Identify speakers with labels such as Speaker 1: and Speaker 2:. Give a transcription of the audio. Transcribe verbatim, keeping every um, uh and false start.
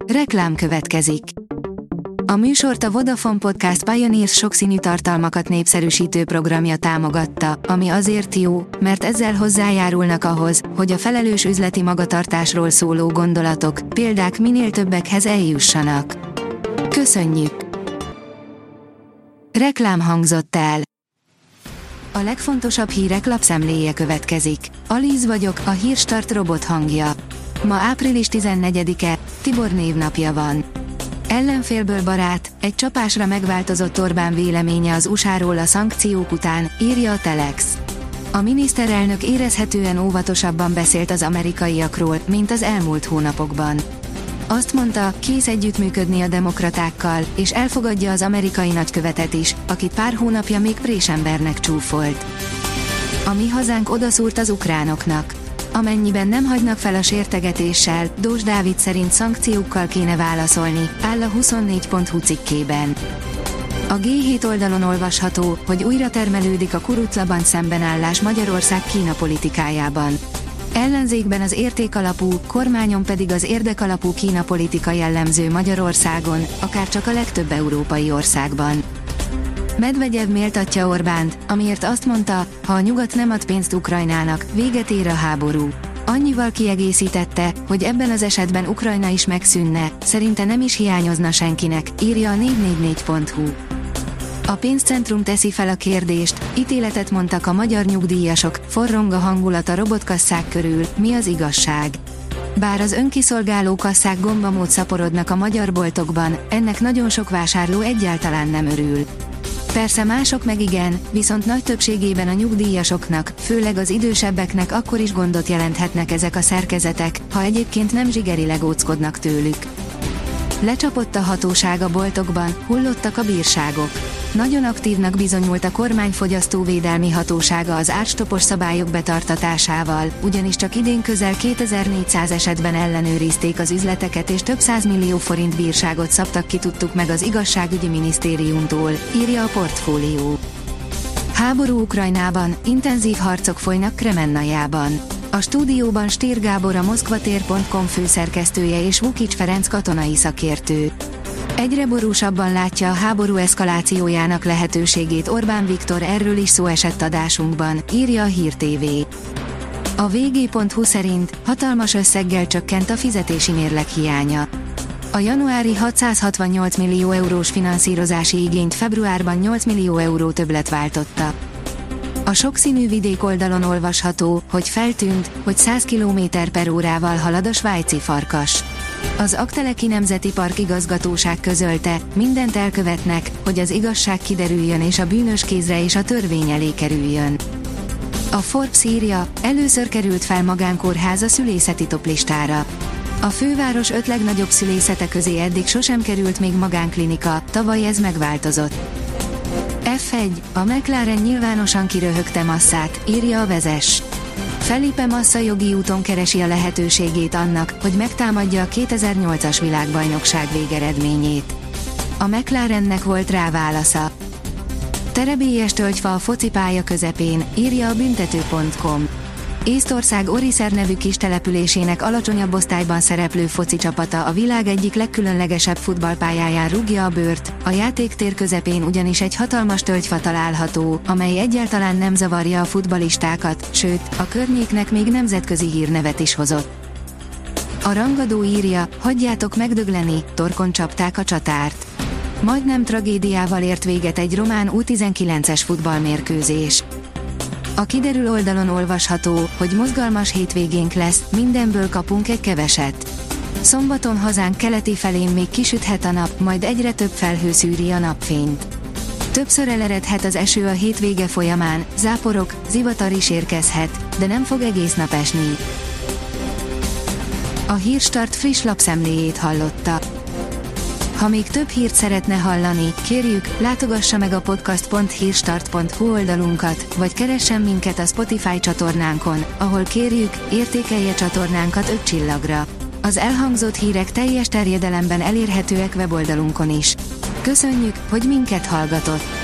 Speaker 1: Reklám következik. A műsort a Vodafone Podcast Pioneers sokszínű tartalmakat népszerűsítő programja támogatta, ami azért jó, mert ezzel hozzájárulnak ahhoz, hogy a felelős üzleti magatartásról szóló gondolatok, példák minél többekhez eljussanak. Köszönjük! Reklám hangzott el. A legfontosabb hírek lapszemléje következik. Alíz vagyok, a Hírstart robot hangja. Ma április tizennegyedike, Tibor névnapja van. Ellenfélből barát, egy csapásra megváltozott Orbán véleménye az u es á-ról a szankciók után, írja a Telex. A miniszterelnök érezhetően óvatosabban beszélt az amerikaiakról, mint az elmúlt hónapokban. Azt mondta, kész együttműködni a demokratákkal, és elfogadja az amerikai nagykövetet is, akit pár hónapja még présembernek csúfolt. A Mi Hazánk odaszúrt az ukránoknak. Amennyiben nem hagynak fel a sértegetéssel, Dós Dávid szerint szankciókkal kéne válaszolni, áll a huszonnégy pont hu cikkében. A gé hét oldalon olvasható, hogy újra termelődik a kuruclaban szembenállás Magyarország Kína politikájában. Ellenzékben az értékalapú, kormányon pedig az érdekalapú Kína politika jellemző Magyarországon, akárcsak a legtöbb európai országban. Medvegyev méltatja Orbánt, amiért azt mondta, ha a nyugat nem ad pénzt Ukrajnának, véget ér a háború. Annyival kiegészítette, hogy ebben az esetben Ukrajna is megszűnne, szerinte nem is hiányozna senkinek, írja a négy négy négy pont hu. A pénzcentrum teszi fel a kérdést, ítéletet mondtak a magyar nyugdíjasok, forrong a hangulat a robotkasszák körül, mi az igazság? Bár az önkiszolgáló kasszák gombamód szaporodnak a magyar boltokban, ennek nagyon sok vásárló egyáltalán nem örül. Persze mások meg igen, viszont nagy többségében a nyugdíjasoknak, főleg az idősebbeknek akkor is gondot jelenthetnek ezek a szerkezetek, ha egyébként nem zsigerileg óckodnak tőlük. Lecsapott a hatóság a boltokban, hullottak a bírságok. Nagyon aktívnak bizonyult a kormány fogyasztóvédelmi hatósága az árstopos szabályok betartatásával, ugyanis csak idén közel kétezer-négyszáz esetben ellenőrizték az üzleteket és több százmillió forint bírságot szabtak ki, tudtuk meg az igazságügyi minisztériumtól, írja a Portfólió. Háború Ukrajnában, intenzív harcok folynak Kremennajában. A stúdióban Stír Gábor, a moszkvatér pont com főszerkesztője és Vukics Ferenc katonai szakértő. Egyre borúsabban látja a háború eszkalációjának lehetőségét Orbán Viktor, erről is szó esett adásunkban, írja a Hír té vé. A vé gé pont hu szerint hatalmas összeggel csökkent a fizetési mérleg hiánya. A januári hatszázhatvannyolc millió eurós finanszírozási igényt februárban nyolc millió euró többlet váltotta. A sokszínű vidék oldalon olvasható, hogy feltűnt, hogy száz kilométer per órával halad a svájci farkas. Az Aggteleki Nemzeti Park igazgatóság közölte, mindent elkövetnek, hogy az igazság kiderüljön és a bűnös kézre és a törvény elé kerüljön. A Forbes írja, először került fel magánkórház a szülészeti toplistára. A főváros öt legnagyobb szülészete közé eddig sosem került még magánklinika, tavaly ez megváltozott. ef egy, a McLaren nyilvánosan kiröhögte Massát, írja a Vezess. Felipe Massa jogi úton keresi a lehetőségét annak, hogy megtámadja a kétezer-nyolcas világbajnokság végeredményét. A McLarennek volt rá válasza. Terebélyes tölgyfa a focipálya közepén, írja a büntető pont com. Észtország Oriszer nevű kis településének alacsonyabb osztályban szereplő foci csapata a világ egyik legkülönlegesebb futballpályáján rúgja a bőrt, a játéktér közepén ugyanis egy hatalmas tölgyfa található, amely egyáltalán nem zavarja a futballistákat, sőt, a környéknek még nemzetközi hírnevet is hozott. A rangadó írja, hagyjátok megdögleni, torkon csapták a csatárt. Majdnem tragédiával ért véget egy román U tizenkilences futballmérkőzés. A kiderül oldalon olvasható, hogy mozgalmas hétvégénk lesz, mindenből kapunk egy keveset. Szombaton hazánk keleti felén még kisüthet a nap, majd egyre több felhő szűri a napfényt. Többször eleredhet az eső a hétvége folyamán, záporok, zivatar is érkezhet, de nem fog egész nap esni. A Hírstart friss lapszemléjét hallotta. Ha még több hírt szeretne hallani, kérjük, látogassa meg a podcast pont hírstart pont hu oldalunkat, vagy keressen minket a Spotify csatornánkon, ahol kérjük, értékelje csatornánkat öt csillagra. Az elhangzott hírek teljes terjedelemben elérhetőek weboldalunkon is. Köszönjük, hogy minket hallgatott!